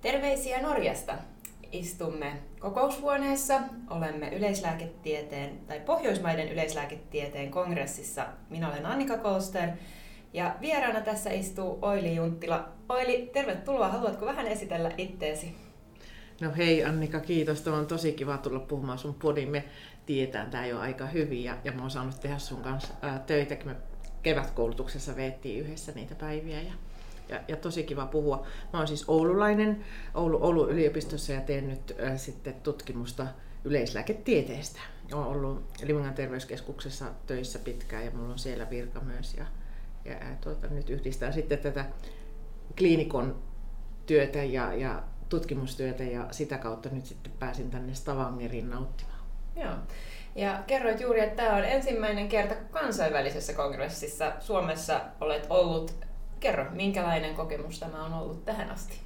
Terveisiä Norjasta. Istumme kokoushuoneessa, olemme Pohjoismaiden yleislääketieteen kongressissa. Minä olen Annika Kolster ja vieraana tässä istuu Oili Junttila. Oili, tervetuloa. Haluatko vähän esitellä itteesi? No hei Annika, kiitos. Tämä on tosi kiva tulla puhumaan sun podiin. Me tiedetään tää jo aika hyvin ja mä oon saanut tehdä sun kanssa töitäkin. Me kevätkoulutuksessa veettiin yhdessä niitä päiviä ja tosi kiva puhua. Mä oon siis oululainen Oulun yliopistossa ja teen nyt sitten tutkimusta yleislääketieteestä. Olen ollut Limingan terveyskeskuksessa töissä pitkään ja mulla on siellä virka myös. Nyt yhdistän sitten tätä kliinikon työtä ja tutkimustyötä ja sitä kautta nyt sitten pääsin tänne Stavangeriin nauttimaan. Joo. Ja kerroit juuri, että tämä on ensimmäinen kerta kansainvälisessä kongressissa Suomessa olet ollut. Kerro, minkälainen kokemus tämä on ollut tähän asti?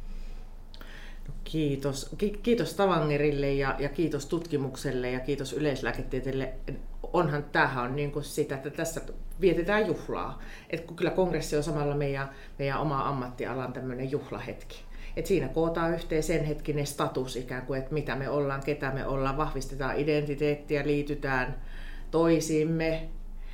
No, kiitos Stavangerille ja kiitos tutkimukselle ja kiitos yleislääketieteelle. Tämähän on niin kuin sitä, että tässä vietetään juhlaa. Et kyllä kongressi on samalla meidän oma ammattialan tämmöinen juhlahetki. Et siinä kootaan yhteen sen hetkinen status ikään kuin, että mitä me ollaan, ketä me ollaan, vahvistetaan identiteettiä, liitytään toisiimme.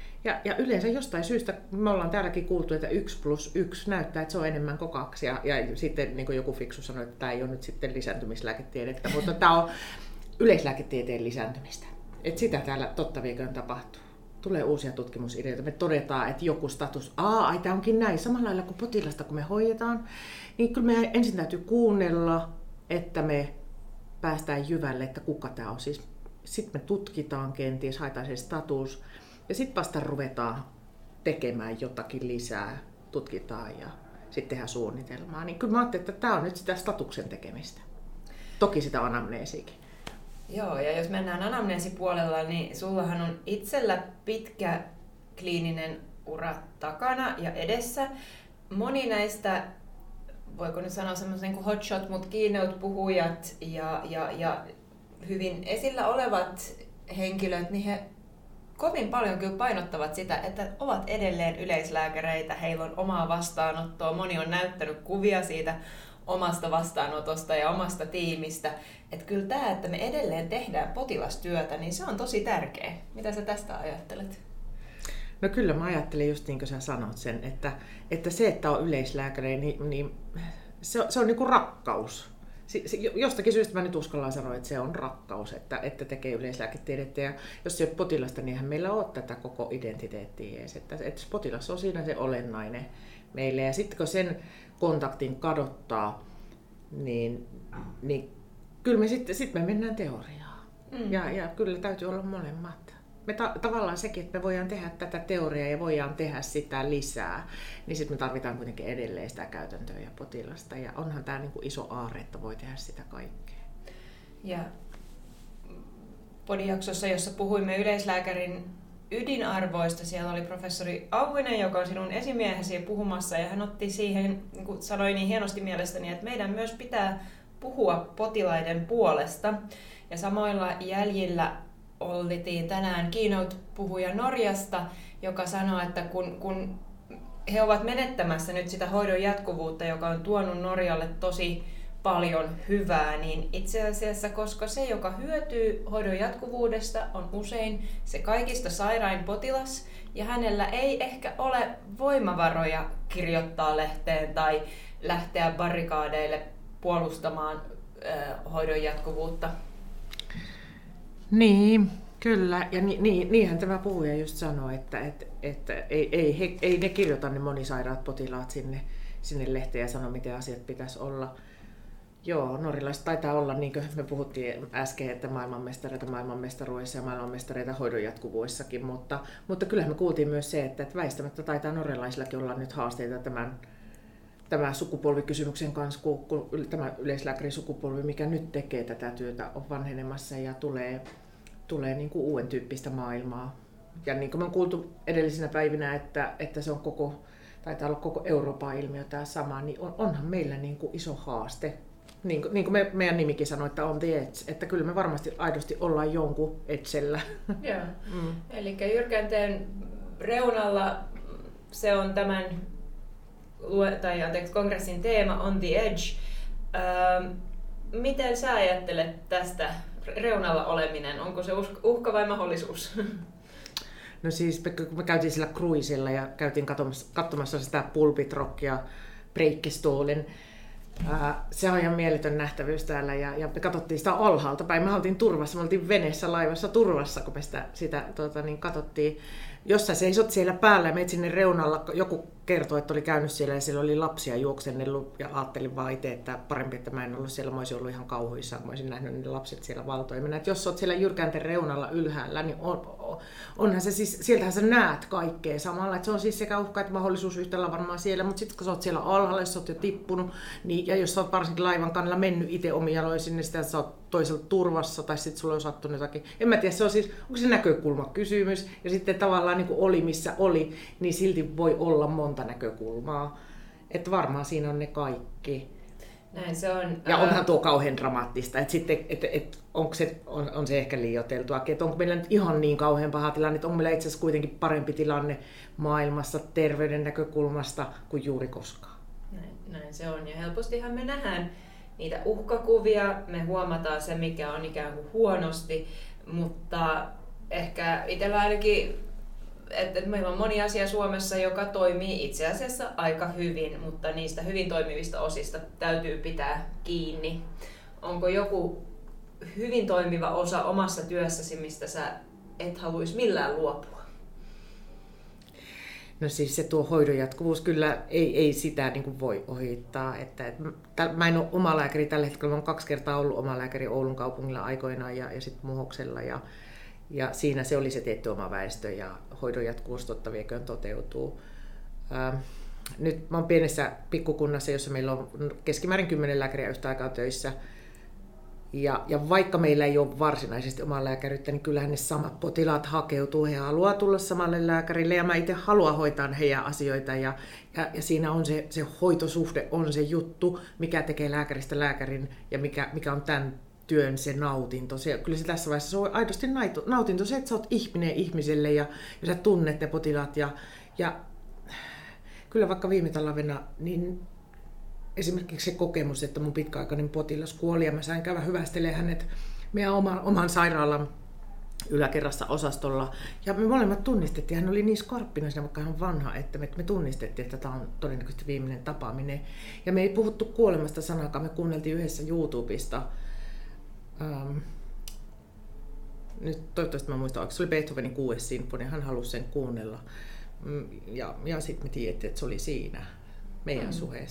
Ja yleensä jostain syystä me ollaan täälläkin kuultu, että 1+1 näyttää, että se on enemmän kuin 2. Ja sitten niin kuin joku fiksu sanoi, että tämä ei ole nyt sitten lisääntymislääketiedettä, mutta tämä on yleislääketieteen lisääntymistä. Että sitä täällä totta vieköön tapahtuu. Tulee uusia tutkimusideoita. Me todetaan, että joku status, tämä onkin näin. Samalla lailla kuin potilasta, kun me hoidetaan, niin kyllä me ensin täytyy kuunnella, että me päästään jyvälle, että kuka tämä on. Siis sitten me tutkitaan kenties, haetaan se status. Ja sitten vasta ruvetaan tekemään jotakin lisää, tutkitaan ja sitten tehdään suunnitelmaa. Niin kyllä mä ajattelin, että tämä on nyt sitä statuksen tekemistä. Toki sitä anamneesiikin. Joo, ja jos mennään anamneesipuolella, niin sullahan on itsellä pitkä kliininen ura takana ja edessä. Moni näistä, voiko nyt sanoa semmoisen niin kuin hotshot, mutta keynote-puhujat ja hyvin esillä olevat henkilöt, niin he kovin paljon kyllä painottavat sitä, että ovat edelleen yleislääkäreitä, heillä on omaa vastaanottoa, moni on näyttänyt kuvia siitä omasta vastaanotosta ja omasta tiimistä. Että kyllä tämä, että me edelleen tehdään potilastyötä, niin se on tosi tärkeä. Mitä sä tästä ajattelet? No kyllä mä ajattelin just niin kuin sä sanot sen, että se, että on yleislääkäri, niin se on niin kuin rakkaus. Jostakin syystä mä nyt uskallan sanoa, että se on rakkaus, että tekee yleislääketiedettä. Ja jos se ei ole potilasta, niin eihän meillä ole tätä koko identiteettiä edes. Että potilas on siinä se olennainen meille. Ja sitten kun sen kontaktin kadottaa, niin kyllä me sitten me mennään teoriaan. Ja kyllä täytyy olla molemmat. Me tavallaan sekin, että me voidaan tehdä tätä teoriaa ja voidaan tehdä sitä lisää, niin sitten me tarvitaan kuitenkin edelleen sitä käytäntöä ja potilasta. Ja onhan tämä niinku iso aarre, että voi tehdä sitä kaikkea. Ja podijaksossa, jossa puhuimme yleislääkärin ydinarvoista, siellä oli professori Auvinen, joka on sinun esimiehesi puhumassa, ja hän otti siihen, niin kuin sanoi niin hienosti mielestäni, että meidän myös pitää puhua potilaiden puolesta. Ja samoilla jäljillä oltiin tänään keynote-puhuja Norjasta, joka sanoi, että kun he ovat menettämässä nyt sitä hoidon jatkuvuutta, joka on tuonut Norjalle tosi paljon hyvää, niin itse asiassa, koska se, joka hyötyy hoidon jatkuvuudesta, on usein se kaikista sairain potilas, ja hänellä ei ehkä ole voimavaroja kirjoittaa lehteen tai lähteä barrikaadeille puolustamaan hoidon jatkuvuutta. Niin, kyllä. Ja niinhän tämä puhuja just sanoi, että ei ne kirjoita ne monisairaat potilaat sinne lehteen ja sano, miten asiat pitäisi olla. Joo, norjalaiset taitaa olla, niin kuin me puhuttiin äsken, että maailmanmestareita maailmanmestaruudessa ja maailmanmestareita hoidon jatkuvuissakin, mutta kyllähän me kuultiin myös se, että väistämättä taitaa norjalaisillakin olla nyt haasteita tämän sukupolvikysymyksen kanssa, kun tämä yleislääkärisukupolvi, mikä nyt tekee tätä työtä, on vanhenemassa ja tulee niin kuin uuden tyyppistä maailmaa. Ja niin kuin me on kuultu edellisinä päivinä, että se on taitaa olla koko Euroopan ilmiö tämä sama, niin onhan meillä niin kuin iso haaste. Niin kuin meidän nimikin sanoi, että on the edge, että kyllä me varmasti aidosti ollaan jonkun edgellä. Joo. Eli jyrkänteen reunalla se on tämän kongressin teema on the edge. Miten sä ajattelet tästä reunalla oleminen? Onko se uhka vai mahdollisuus? No siis me käytiin sillä cruisella ja käytiin katsomassa sitä Pulpit Rockia Breikkistolen. Se on ihan mieletön nähtävyys täällä ja me katsottiin sitä alhaalta päin. Me oltiin turvassa, me oltiin veneessä laivassa turvassa, kun me sitä katsottiin. Jos sä seisot siellä päällä ja menet sinne reunalla, joku kertoi, että oli käynyt siellä ja siellä oli lapsia juoksennellut ja ajattelin vaan itse, että parempi, että mä en ollut siellä, mä olisin ollut ihan kauhuissaan, kun mä olisin nähnyt ne lapset siellä valtoimena. Että jos sä oot siellä jyrkänten reunalla ylhäällä, niin onhan se siis, sieltähän sä näet kaikkea samalla, että se on siis sekä uhka että mahdollisuus yhtäällä varmaan siellä, mutta sitten kun sä oot siellä alhaalla, jos sä oot jo tippunut, niin, ja jos sä oot varsinkin laivan kannalla mennyt itse omin jaloin sinne, sitä sä oot toisella turvassa, tai sitten sulla on sattunut jotakin, en mä tiedä, se on siis, onko se näkökulmakysymys, ja sitten tavallaan niin kuin oli missä oli, niin silti voi olla monta näkökulmaa, että varmaan siinä on ne kaikki. Näin se on. Ja onhan tuo kauhean dramaattista, että sitten onko on se ehkä liioiteltua, että onko meillä nyt ihan niin kauhean paha tilanne, että on meillä itse asiassa kuitenkin parempi tilanne maailmassa terveyden näkökulmasta kuin juuri koskaan. Näin se on, ja helpostihan me nähdään niitä uhkakuvia, me huomataan se, mikä on ikään kuin huonosti, mutta ehkä itsellä ainakin, että meillä on moni asia Suomessa, joka toimii itse asiassa aika hyvin, mutta niistä hyvin toimivista osista täytyy pitää kiinni. Onko joku hyvin toimiva osa omassa työssäsi, mistä sä et haluaisi millään luopua? No siis se tuo hoidon jatkuvuus, kyllä ei sitä niin kuin voi ohittaa. Mä en ole omalääkäri tällä hetkellä, mä olen 2 kertaa ollut omalääkäri Oulun kaupungilla aikoinaan ja sitten Muhoksella. Ja siinä se oli se tietty oma väestö ja hoidon jatkuvuus totta vieköön toteutuu. Nyt mä oon pienessä pikkukunnassa, jossa meillä on keskimäärin 10 lääkäriä yhtä aikaa töissä. Ja vaikka meillä ei ole varsinaisesti omaa lääkäryyttä, niin kyllähän ne samat potilaat hakeutuu. He haluaa tulla samalle lääkärille ja mä itse haluan hoitaa heidän asioita. Ja siinä on se hoitosuhde, on se juttu, mikä tekee lääkäristä lääkärin ja mikä on tämän työn se nautinto. Kyllä se tässä vaiheessa se on aidosti nautinto, se, että sä oot ihminen ihmiselle ja sä tunnet ne potilaat. Ja kyllä vaikka viime talvena, niin esimerkiksi se kokemus, että mun pitkäaikainen potilas kuoli ja mä sain käydä hyvästelemään hänet meidän oman sairaalan yläkerrassa osastolla. Ja me molemmat tunnistettiin, hän oli niin skarppina siinä, vaikka hän on vanha, että me tunnistettiin, että tämä on todennäköisesti viimeinen tapaaminen. Ja me ei puhuttu kuolemasta sanakaan, me kuunneltiin yhdessä YouTubesta. Nyt toivottavasti mä muistan, se oli Beethovenin 6. sinfonia, hän halusi sen kuunnella. Ja sitten me tiedettiin, että se oli siinä meidän suhe.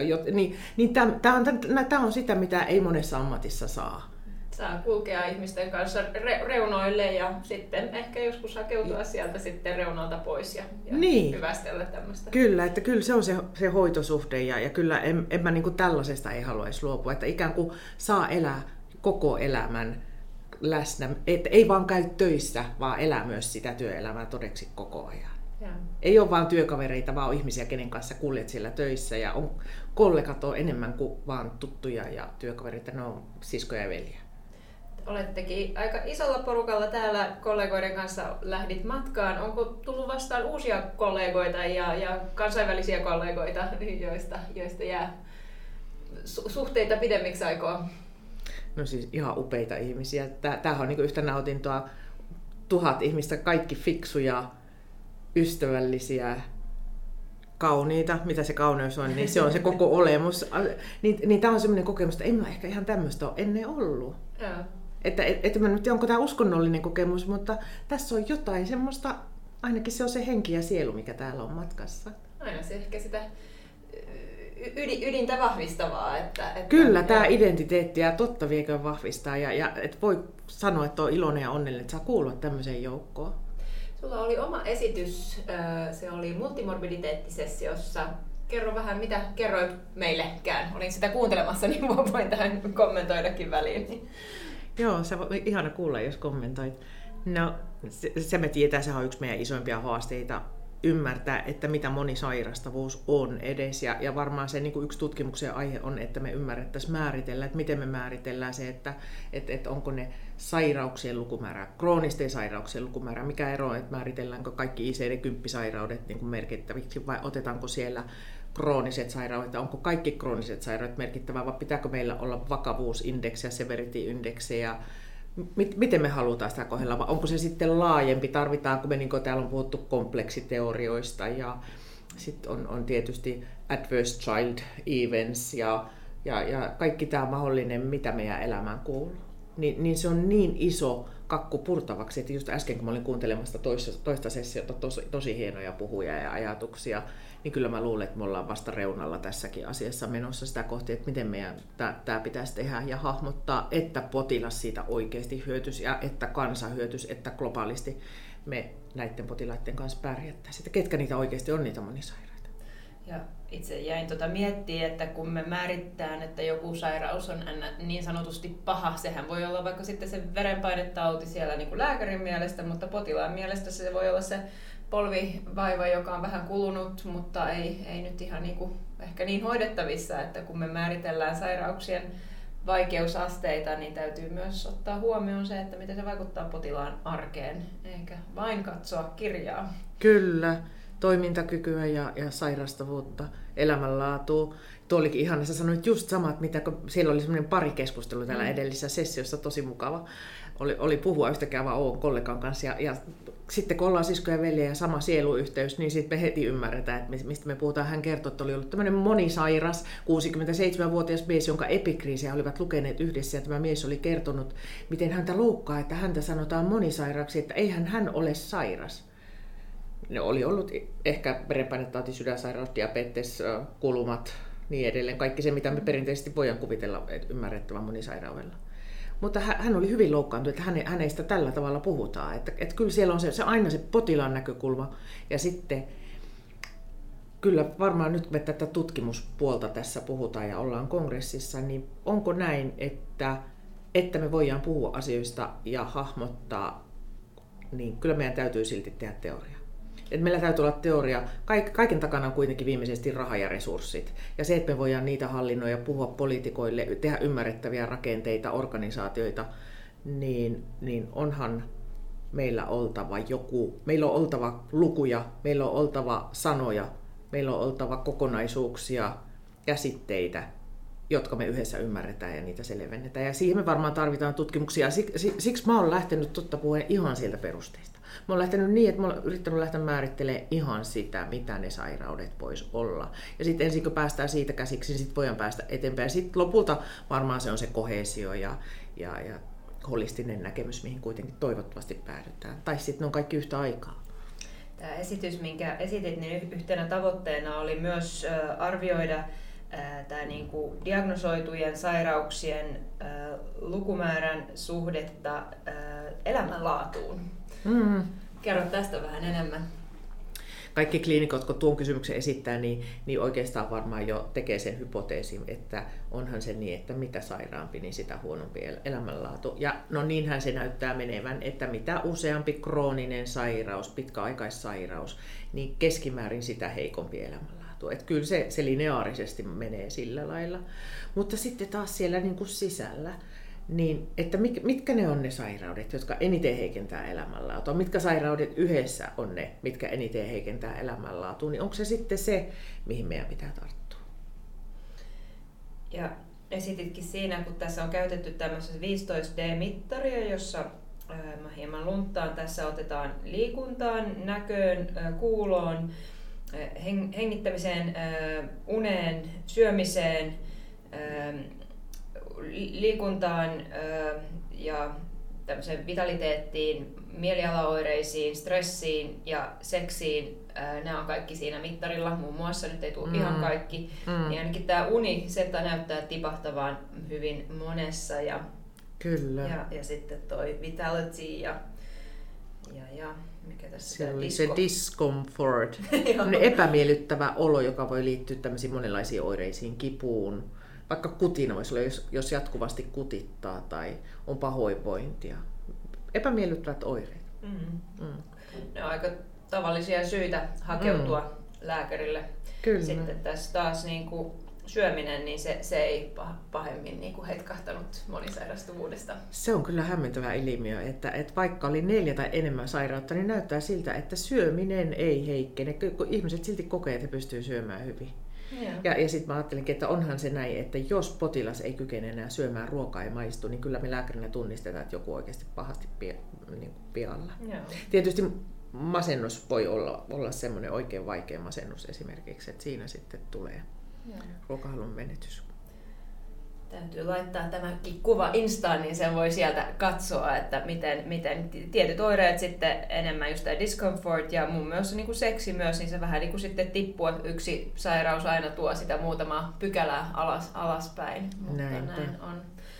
Tämä on sitä, mitä ei monessa ammatissa saa. Saa kulkea ihmisten kanssa reunoille ja sitten ehkä joskus hakeutua sieltä sitten reunalta pois ja niin hyvästellä tämmöistä. Kyllä se on se hoitosuhde ja kyllä en mä niin kuin tällaisesta ei haluaisi luopua, että ikään kuin saa elää koko elämän läsnä, että ei vaan käy töissä, vaan elää myös sitä työelämää todeksi koko ajan. Ja. Ei ole vaan työkavereita, vaan on ihmisiä, kenen kanssa kuljet siellä töissä ja kollegat on enemmän kuin vaan tuttuja ja työkavereita, ne on siskoja ja veljiä. Olettekin aika isolla porukalla täällä kollegoiden kanssa lähdit matkaan. Onko tullut vastaan uusia kollegoita ja kansainvälisiä kollegoita, joista jää suhteita pidemmiksi aikaa? No siis ihan upeita ihmisiä. Tämähän on niin yhtä nautintoa. 1000 ihmistä, kaikki fiksuja, ystävällisiä, kauniita, mitä se kauneus on, niin se on se koko olemus. Niin tämä on semmoinen kokemus, että en mä ehkä ihan tämmöistä ole ennen ollut. Ja. Että mä en tiedä, onko tämä uskonnollinen kokemus, mutta tässä on jotain semmoista, ainakin se on se henki ja sielu, mikä täällä on matkassa. Aina se ehkä sitä ydintä vahvistavaa. Kyllä, tämä identiteettiä totta vieköön vahvistaa ja et voi sanoa, että on iloinen ja onnellinen, että saa kuulua tämmöiseen joukkoon. Sulla oli oma esitys, se oli multimorbiditeettisessiossa. Kerro vähän, mitä kerroit meillekään. Olin sitä kuuntelemassa, niin voin tähän kommentoidakin väliin. Joo, se on ihana kuulla, jos kommentoit. No, se me tietää, sehän on yksi meidän isoimpia haasteita ymmärtää, että mitä monisairastavuus on edes. Ja varmaan se niin kuin yksi tutkimuksen aihe on, että me ymmärrettäisiin määritellä, että miten me määritellään se, että onko ne sairauksien lukumäärä, kroonisten sairauksien lukumäärä, mikä ero on, että määritelläänkö kaikki ICD-10-sairaudet niin kuin merkittäviksi vai otetaanko siellä krooniset sairaudet, onko kaikki krooniset sairaudet merkittävää, vai pitääkö meillä olla vakavuusindeksi ja severity indeksi ja miten me halutaan sitä kohdella, vai onko se sitten laajempi, tarvitaanko me, niin kuin täällä on puhuttu, kompleksiteorioista ja sitten on tietysti adverse child events ja kaikki tämä mahdollinen, mitä meidän elämään kuuluu. Niin se on niin iso kakku purtavaksi, että just äsken kun mä olin kuuntelemassa toista sessiota, tosi hienoja puhuja ja ajatuksia, niin kyllä mä luulen, että me ollaan vasta reunalla tässäkin asiassa menossa sitä kohti, että miten meidän tämä pitäisi tehdä ja hahmottaa, että potilas siitä oikeasti hyötyisi ja että kansa hyötyisi, että globaalisti me näiden potilaiden kanssa pärjättäisiin. Ketkä niitä oikeasti on, niitä monisairaita. Ja itse jäin miettimään, että kun me määritetään, että joku sairaus on niin sanotusti paha, sehän voi olla vaikka sitten se verenpainetauti siellä niin kuin lääkärin mielestä, mutta potilaan mielestä se voi olla se polvivaiva, joka on vähän kulunut, mutta ei nyt ihan niin kuin, ehkä niin hoidettavissa, että kun me määritellään sairauksien vaikeusasteita, niin täytyy myös ottaa huomioon se, että miten se vaikuttaa potilaan arkeen, eikä vain katsoa kirjaa. Kyllä. Toimintakykyä ja sairastavuutta, elämänlaatua. Tuo olikin ihana, sä sanoit just samat, mitä siellä oli semmoinen pari keskustelua täällä edellisessä sessiossa, tosi mukava. Oli puhua yhtäkään vaan Oon kollegan kanssa ja sitten kun ollaan sisko ja veljeä ja sama sieluyhteys, niin sitten me heti ymmärretään, että mistä me puhutaan. Hän kertoi, että oli ollut tämmöinen monisairas 67-vuotias mies, jonka epikriisiä olivat lukeneet yhdessä ja tämä mies oli kertonut, miten häntä loukkaa, että häntä sanotaan monisairaaksi, että eihän hän ole sairas. Ne oli ollut ehkä verenpainetauti, sydänsairaus, diabetes, kulumat, niin edelleen. Kaikki se, mitä me perinteisesti voidaan kuvitella ymmärrettävän monisairaudella. Mutta hän oli hyvin loukkaantunut, että hänestä tällä tavalla puhutaan. Että kyllä siellä on se aina se potilaan näkökulma. Ja sitten kyllä varmaan nyt me tätä tutkimuspuolta tässä puhutaan ja ollaan kongressissa, niin onko näin, että me voidaan puhua asioista ja hahmottaa, niin kyllä meidän täytyy silti tehdä teoriaa. Et meillä täytyy olla teoria. Kaiken takana on kuitenkin viimeisesti raha ja resurssit. Ja se, että me voidaan niitä hallinnoida, puhua poliitikoille, tehdä ymmärrettäviä rakenteita, organisaatioita, niin onhan meillä oltava joku. Meillä on oltava lukuja, meillä on oltava sanoja, meillä on oltava kokonaisuuksia, käsitteitä, jotka me yhdessä ymmärretään ja niitä selvennetään. Ja siihen me varmaan tarvitaan tutkimuksia. Siksi mä oon lähtenyt totta puheen ihan sieltä perusteista. Mä oon lähtenyt niin, että mä oon yrittänyt lähteä määrittelemään ihan sitä, mitä ne sairaudet vois olla. Ja sitten ensin kun päästään siitä käsiksi, niin sitten voidaan päästä eteenpäin. Sitten lopulta varmaan se on se koheesio ja holistinen näkemys, mihin kuitenkin toivottavasti päädytään. Tai sitten ne on kaikki yhtä aikaa. Tämä esitys, minkä esitit, niin yhtenä tavoitteena oli myös arvioida tämä niin kuin diagnosoitujen sairauksien lukumäärän suhdetta elämänlaatuun. Kerro tästä vähän enemmän. Kaikki kliinikot, kun tuon kysymyksen esittää, niin oikeastaan varmaan jo tekee sen hypoteesin, että onhan se niin, että mitä sairaampi, niin sitä huonompi elämänlaatu. Ja no niinhän se näyttää menevän, että mitä useampi krooninen sairaus, pitkäaikaissairaus, niin keskimäärin sitä heikompi elämänlaatu. Että kyllä se lineaarisesti menee sillä lailla. Mutta sitten taas siellä niin kuin sisällä, niin, että mitkä ne on ne sairaudet, jotka eniten heikentää elämänlaatua? Mitkä sairaudet yhdessä on ne, mitkä eniten heikentää elämänlaatua? Niin onko se sitten se, mihin meidän pitää tarttua? Ja esititkin siinä, kun tässä on käytetty tämmöistä 15D-mittaria, jossa mä hieman lunttaan. Tässä otetaan liikuntaan, näköön, kuuloon, hengittämiseen, uneen, syömiseen, liikuntaan ja tämmöiseen vitaliteettiin, mielialaoireisiin, stressiin ja seksiin. Nämä on kaikki siinä mittarilla, muun muassa nyt ei tule ihan kaikki. Niin ainakin tämä uni, se näyttää tipahtavan hyvin monessa. Kyllä. Ja sitten toi vitality ja mikä tässä se oli se discomfort, epämiellyttävä olo, joka voi liittyä tämmöisiin monenlaisiin oireisiin, kipuun. Vaikka kutina voisi olla, jos jatkuvasti kutittaa tai on pahoinvointia. Epämiellyttävät oireet. Ne on aika tavallisia syitä hakeutua lääkärille. Kyllä. Sitten tässä taas niin kuin syöminen, niin se ei pahemmin niin kuin hetkahtanut monisairastuvuudesta. Se on kyllä hämmentävä ilmiö, että vaikka oli 4 tai enemmän sairautta, niin näyttää siltä, että syöminen ei heikkene. Ihmiset silti kokee, että he pystyvät syömään hyvin. Ja sitten mä ajattelinkin, että onhan se näin, että jos potilas ei kykene enää syömään ruokaa ja maistuu, niin kyllä me lääkärinä tunnistetaan, että joku oikeasti pahasti pialla. Tietysti masennus voi olla semmoinen oikein vaikea masennus esimerkiksi, että siinä sitten tulee ruokahalun menetys. Täytyy laittaa tämäkin kuva Instaan, niin sen voi sieltä katsoa, että miten tietyt oireet sitten enemmän just tämä discomfort ja mun mielestä niin kuin seksi myös, niin se vähän niin kuin sitten tippuu, että yksi sairaus aina tuo sitä muutamaa pykälää alaspäin, mutta näin on.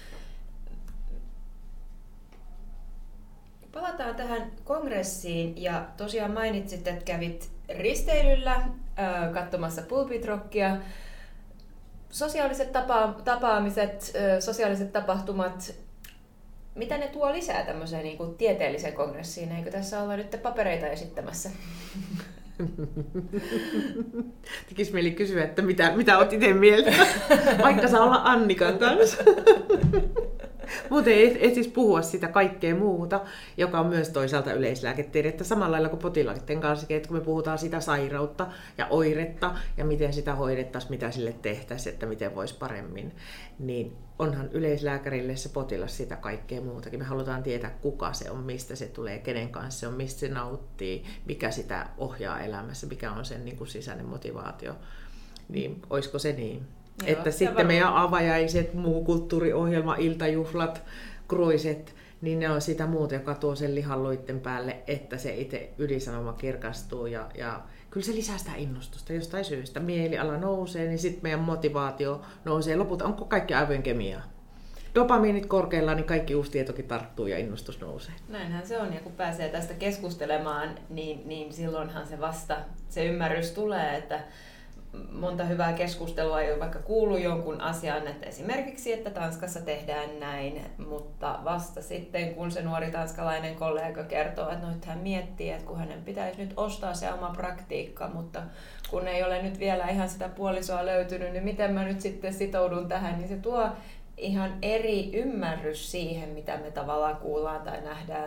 Palataan tähän kongressiin ja tosiaan mainitsit, että kävit risteilyllä katsomassa Pulpit Rockia. Sosiaaliset tapaamiset, sosiaaliset tapahtumat, mitä ne tuo lisää tämmöiseen niin kuin tieteelliseen kongressiin? Eikö tässä olla nyt papereita esittämässä? Tekisi mieli kysyä, että mitä olet itse mieltä, vaikka saa olla Annikan kanssa. Muuten ei siis puhua sitä kaikkea muuta, joka on myös toisaalta yleislääketiedettä. Samalla lailla kuin potilaiden kanssa, että kun me puhutaan sitä sairautta ja oiretta ja miten sitä hoidettaisiin, mitä sille tehtäisiin, että miten voisi paremmin, niin onhan yleislääkärille se potilas sitä kaikkea muutakin. Me halutaan tietää, kuka se on, mistä se tulee, kenen kanssa se on, mistä se nauttii, mikä sitä ohjaa elämässä, mikä on sen niin kuin sisäinen motivaatio. Niin olisiko se niin? Joo, että sitten meidän avajaiset, muu kulttuuriohjelma, iltajuhlat, kruiset, niin ne on sitä muuta, joka tuo sen lihanluitten päälle, että se itse ydinsanoma kirkastuu. Ja kyllä se lisää sitä innostusta jostain syystä. Mieliala nousee, niin sitten meidän motivaatio nousee. Lopulta onko kaikki aivojen kemiaa? Dopamiinit korkealla, niin kaikki uusi tietokin tarttuu ja innostus nousee. Näinhän se on, ja kun pääsee tästä keskustelemaan, niin silloinhan se vasta se ymmärrys tulee, että monta hyvää keskustelua jo vaikka kuuluu jonkun asian, että esimerkiksi, että Tanskassa tehdään näin, mutta vasta sitten, kun se nuori tanskalainen kollega kertoo, että nyt hän miettii, että kun hänen pitäisi nyt ostaa se oma praktiikka, mutta kun ei ole nyt vielä ihan sitä puolisoa löytynyt, niin miten mä nyt sitten sitoudun tähän, niin se tuo ihan eri ymmärrys siihen, mitä me tavallaan kuullaan tai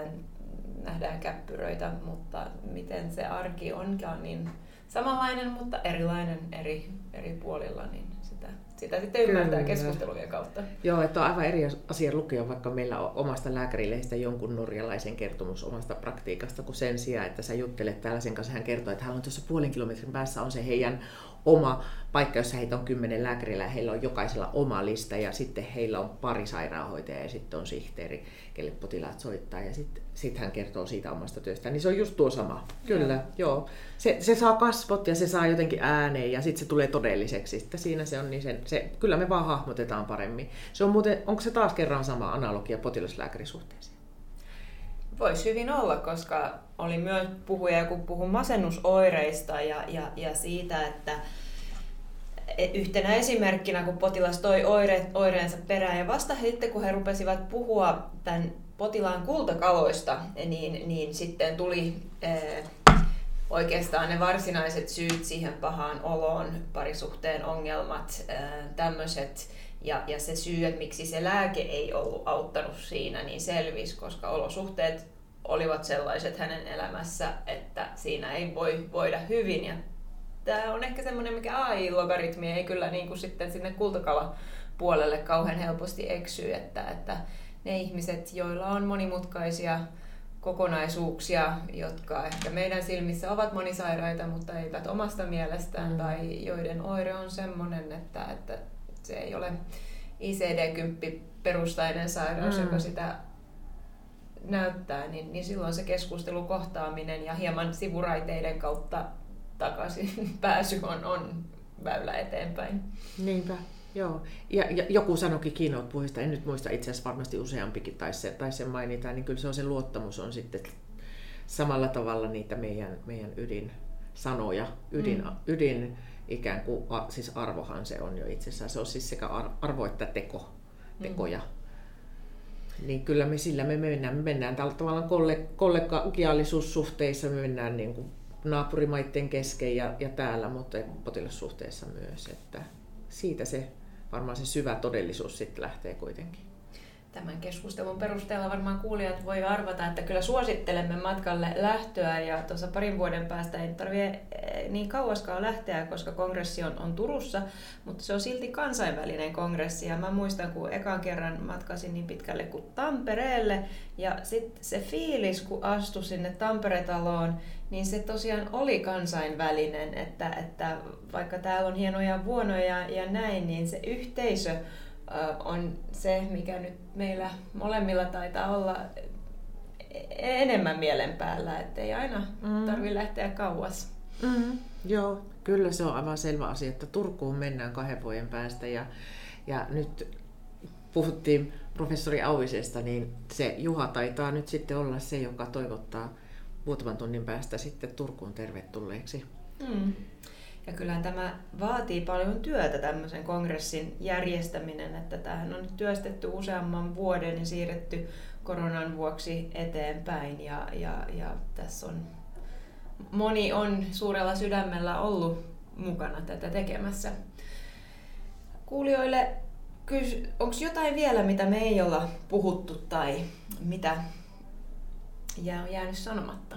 nähdään käppyröitä, mutta miten se arki onkaan niin samanlainen, mutta erilainen eri puolilla, niin sitä sitten ymmärtää keskustelujen kautta. Joo, että on aivan eri asia lukea, vaikka meillä on omasta lääkärilehdestä jonkun norjalaisen kertomus omasta praktiikasta, kuin sen sijaan, että sä juttelet täällä sen kanssa, hän kertoo, että hän on tuossa 0,5 kilometrin päässä on se heidän oma paikka, jossa heitä on 10 lääkärillä ja heillä on jokaisella oma lista ja sitten heillä on pari sairaanhoitajaa ja sitten on sihteeri, kelle potilaat soittaa ja sitten hän kertoo siitä omasta työstään. Niin se on just tuo sama. Kyllä, joo. Se saa kasvot ja se saa jotenkin ääneen ja sitten se tulee todelliseksi. Sitten siinä se on, niin kyllä me vaan hahmotetaan paremmin. Se on muuten, onko se taas kerran sama analogia potilas-lääkärisuhteeseen? Voisi hyvin olla, koska oli myös puhuja, kun puhui masennusoireista ja siitä, että yhtenä esimerkkinä, kun potilas toi oireensa perään ja vasta sitten, kun he rupesivat puhua tämän potilaan kultakaloista, niin sitten tuli oikeastaan ne varsinaiset syyt siihen pahaan oloon, parisuhteen ongelmat, tämmöiset. Ja se syy, että miksi se lääke ei ollut auttanut siinä, niin selvisi, koska olosuhteet olivat sellaiset hänen elämässä, että siinä ei voida hyvin. Ja tämä on ehkä semmoinen, mikä AI-logaritmi ei kyllä niin kuin sitten sinne kultakalapuolelle kauhean helposti eksy, että ne ihmiset, joilla on monimutkaisia kokonaisuuksia, jotka ehkä meidän silmissä ovat monisairaita, mutta eivät omasta mielestään, tai joiden oire on semmoinen, että se ei ole ICD-10 perustainen sairaus, joka sitä näyttää, niin silloin se keskustelukohtaaminen ja hieman sivuraiteiden kautta takaisin pääsy on väylä eteenpäin. Niinpä, joo. Ja joku sanoikin keynote-puheesta, en nyt muista itse asiassa varmasti useampikin tai sen mainitaan, niin kyllä se on se luottamus on sitten samalla tavalla niitä meidän ydinsanoja, ydin ikään kuin, siis arvohan se on jo itsessään, se on siis sekä arvo että tekoja. Niin kyllä me mennään tällä tavalla kollegiaalisuussuhteissa, me mennään niin kuin naapurimaiden kesken ja täällä, mutta potilassuhteessa myös, että siitä se varmaan se syvä todellisuus sitten lähtee kuitenkin. Tämän keskustelun perusteella varmaan kuulijat voi arvata, että kyllä suosittelemme matkalle lähtöä ja tuossa parin vuoden päästä ei tarvitse niin kauaskaan lähteä, koska kongressi on Turussa, mutta se on silti kansainvälinen kongressi. Ja mä muistan, kun ekan kerran matkasin niin pitkälle kuin Tampereelle, ja sitten se fiilis, kun astui sinne Tampere-taloon, niin se tosiaan oli kansainvälinen, että vaikka täällä on hienoja vuonoja ja näin, niin se yhteisö on se, mikä nyt meillä molemmilla taitaa olla enemmän mielen päällä, ettei aina tarvitse lähteä kauas. Joo, kyllä se on aivan selvä asia, että Turkuun mennään 2 vuoden päästä ja nyt puhuttiin professori Auvisesta, niin se Juha taitaa nyt sitten olla se, joka toivottaa muutaman tunnin päästä sitten Turkuun tervetulleeksi. Ja kyllähän tämä vaatii paljon työtä, tämmöisen kongressin järjestäminen, että tämähän on nyt työstetty useamman vuoden ja siirretty koronan vuoksi eteenpäin ja tässä on moni on suurella sydämellä ollut mukana tätä tekemässä. Kuulijoille, onko jotain vielä, mitä me ei olla puhuttu tai mitä on jäänyt sanomatta?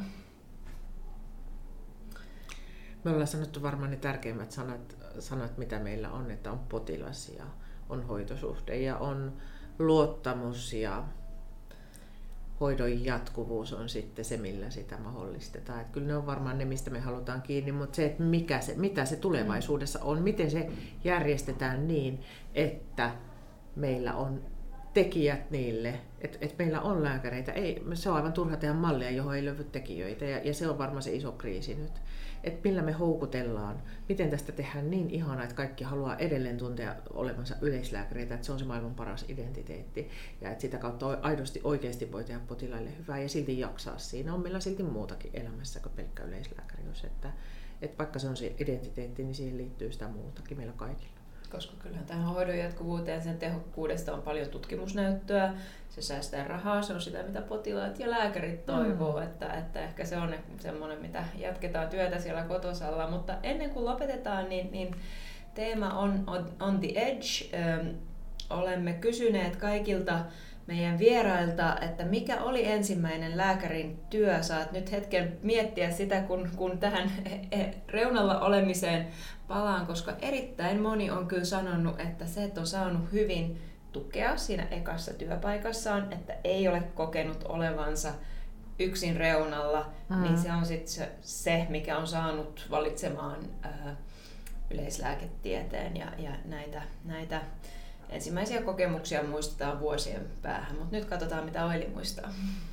Me ollaan sanottu varmaan ne tärkeimmät sanat, mitä meillä on, että on potilas ja on hoitosuhde ja on luottamus ja hoidon jatkuvuus on sitten se, millä sitä mahdollistetaan. Että kyllä ne on varmaan ne, mistä me halutaan kiinni, mutta se, että mitä se tulevaisuudessa on, miten se järjestetään niin, että meillä on tekijät niille, että meillä on lääkäreitä. Se on aivan turha tehdä mallia, johon ei löydy tekijöitä ja se on varmaan se iso kriisi nyt. Että millä me houkutellaan, miten tästä tehdään niin ihanaa, että kaikki haluaa edelleen tuntea olevansa yleislääkäreitä, että se on se maailman paras identiteetti ja että sitä kautta aidosti oikeasti voi tehdä potilaille hyvää ja silti jaksaa siinä. On meillä silti muutakin elämässä kuin pelkkä yleislääkäriys, että vaikka se on se identiteetti, niin siihen liittyy sitä muutakin meillä kaikilla. Koska kyllähän tähän hoidon jatkuvuuteen sen tehokkuudesta on paljon tutkimusnäyttöä, se säästää rahaa, se on sitä, mitä potilaat ja lääkärit toivoo, että ehkä se on semmoinen, mitä jatketaan työtä siellä kotosalla. Mutta ennen kuin lopetetaan, niin teema on the edge. Olemme kysyneet kaikilta meidän vierailta, että mikä oli ensimmäinen lääkärin työ. Saat nyt hetken miettiä sitä, kun tähän reunalla olemiseen palaan, koska erittäin moni on kyllä sanonut, että se, että on saanut hyvin tukea siinä ekassa työpaikassaan, että ei ole kokenut olevansa yksin reunalla, niin se on sitten se, mikä on saanut valitsemaan yleislääketieteen ja näitä ensimmäisiä kokemuksia muistetaan vuosien päähän, mutta nyt katsotaan, mitä Oili muistaa.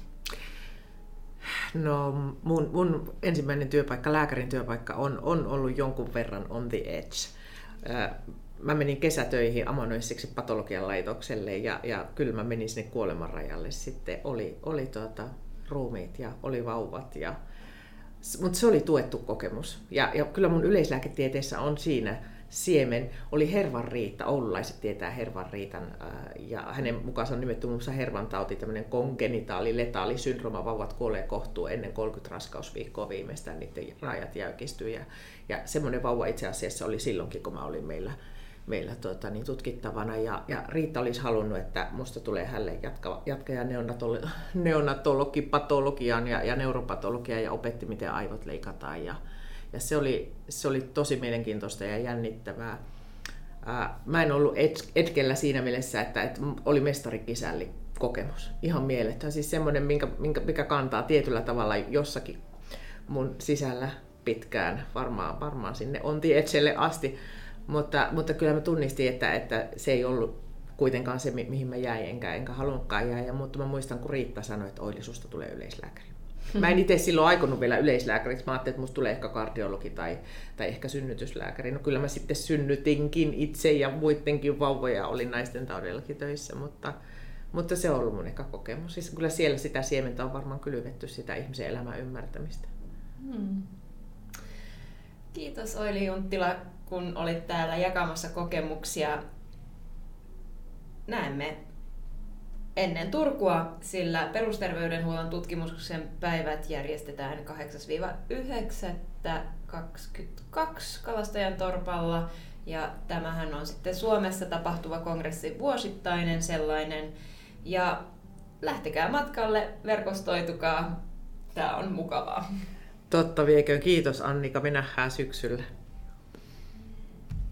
No mun ensimmäinen työpaikka, lääkärin työpaikka, on ollut jonkun verran on the edge. Mä menin kesätöihin amanuensiksi patologian laitokselle ja kyllä mä menin sinne kuolemanrajalle. Sitten oli ruumiit ja oli vauvat. Mutta se oli tuettu kokemus. Ja kyllä mun yleislääketieteessä on siinä siemen. Oli Hervan Riitta, oululaiset tietää Hervan Riitan, ja hänen mukaansa on nimetty muun muassa Hervan tauti, tämmöinen kongenitaali letaali syndrooma, vauvat kuolee kohtuun ennen 30 raskausviikkoa viimeistään, niiden rajat jäykistyy. Ja semmoinen vauva itse asiassa oli silloinkin, kun mä olin meillä tutkittavana, ja Riitta olisi halunnut, että musta tulee hänelle jatkaja neonatologi, patologiaan ja neuropatologiaan ja opetti, miten aivot leikataan. Ja se oli tosi mielenkiintoista ja jännittävää. Mä en ollut etkellä siinä mielessä, että oli mestarikisälli kokemus. Ihan mieletön. Siis semmoinen, mikä kantaa tietyllä tavalla jossakin mun sisällä pitkään, varmaan sinne on tietselle asti. Mutta kyllä mä tunnistin, että se ei ollut kuitenkaan se, mihin mä jäin, enkä halunnutkaan jäädä. Mutta mä muistan, kun Riitta sanoi, että Oili, susta tulee yleislääkäri. Mä en itse silloin aikonut vielä yleislääkäriksi. Mä ajattelin, että musta tulee ehkä kardiologi tai ehkä synnytyslääkäri. No kyllä mä sitten synnytinkin itse ja muidenkin vauvoja olin naisten taudellakin töissä, mutta se on ollut mun eka kokemus. Siis kyllä siellä sitä siementä on varmaan kylvetty, sitä ihmisen elämän ymmärtämistä. Kiitos Oili Junttila, kun olit täällä jakamassa kokemuksia. Näemme ennen Turkua, sillä perusterveydenhuollon tutkimuksen päivät järjestetään 8.9.22 Kalastajan torpalla. Ja tämähän on sitten Suomessa tapahtuva kongressi, vuosittainen sellainen. Ja lähtekää matkalle, verkostoitukaa. Tämä on mukavaa. Totta vieköön. Kiitos Annika, me nähdään syksyllä.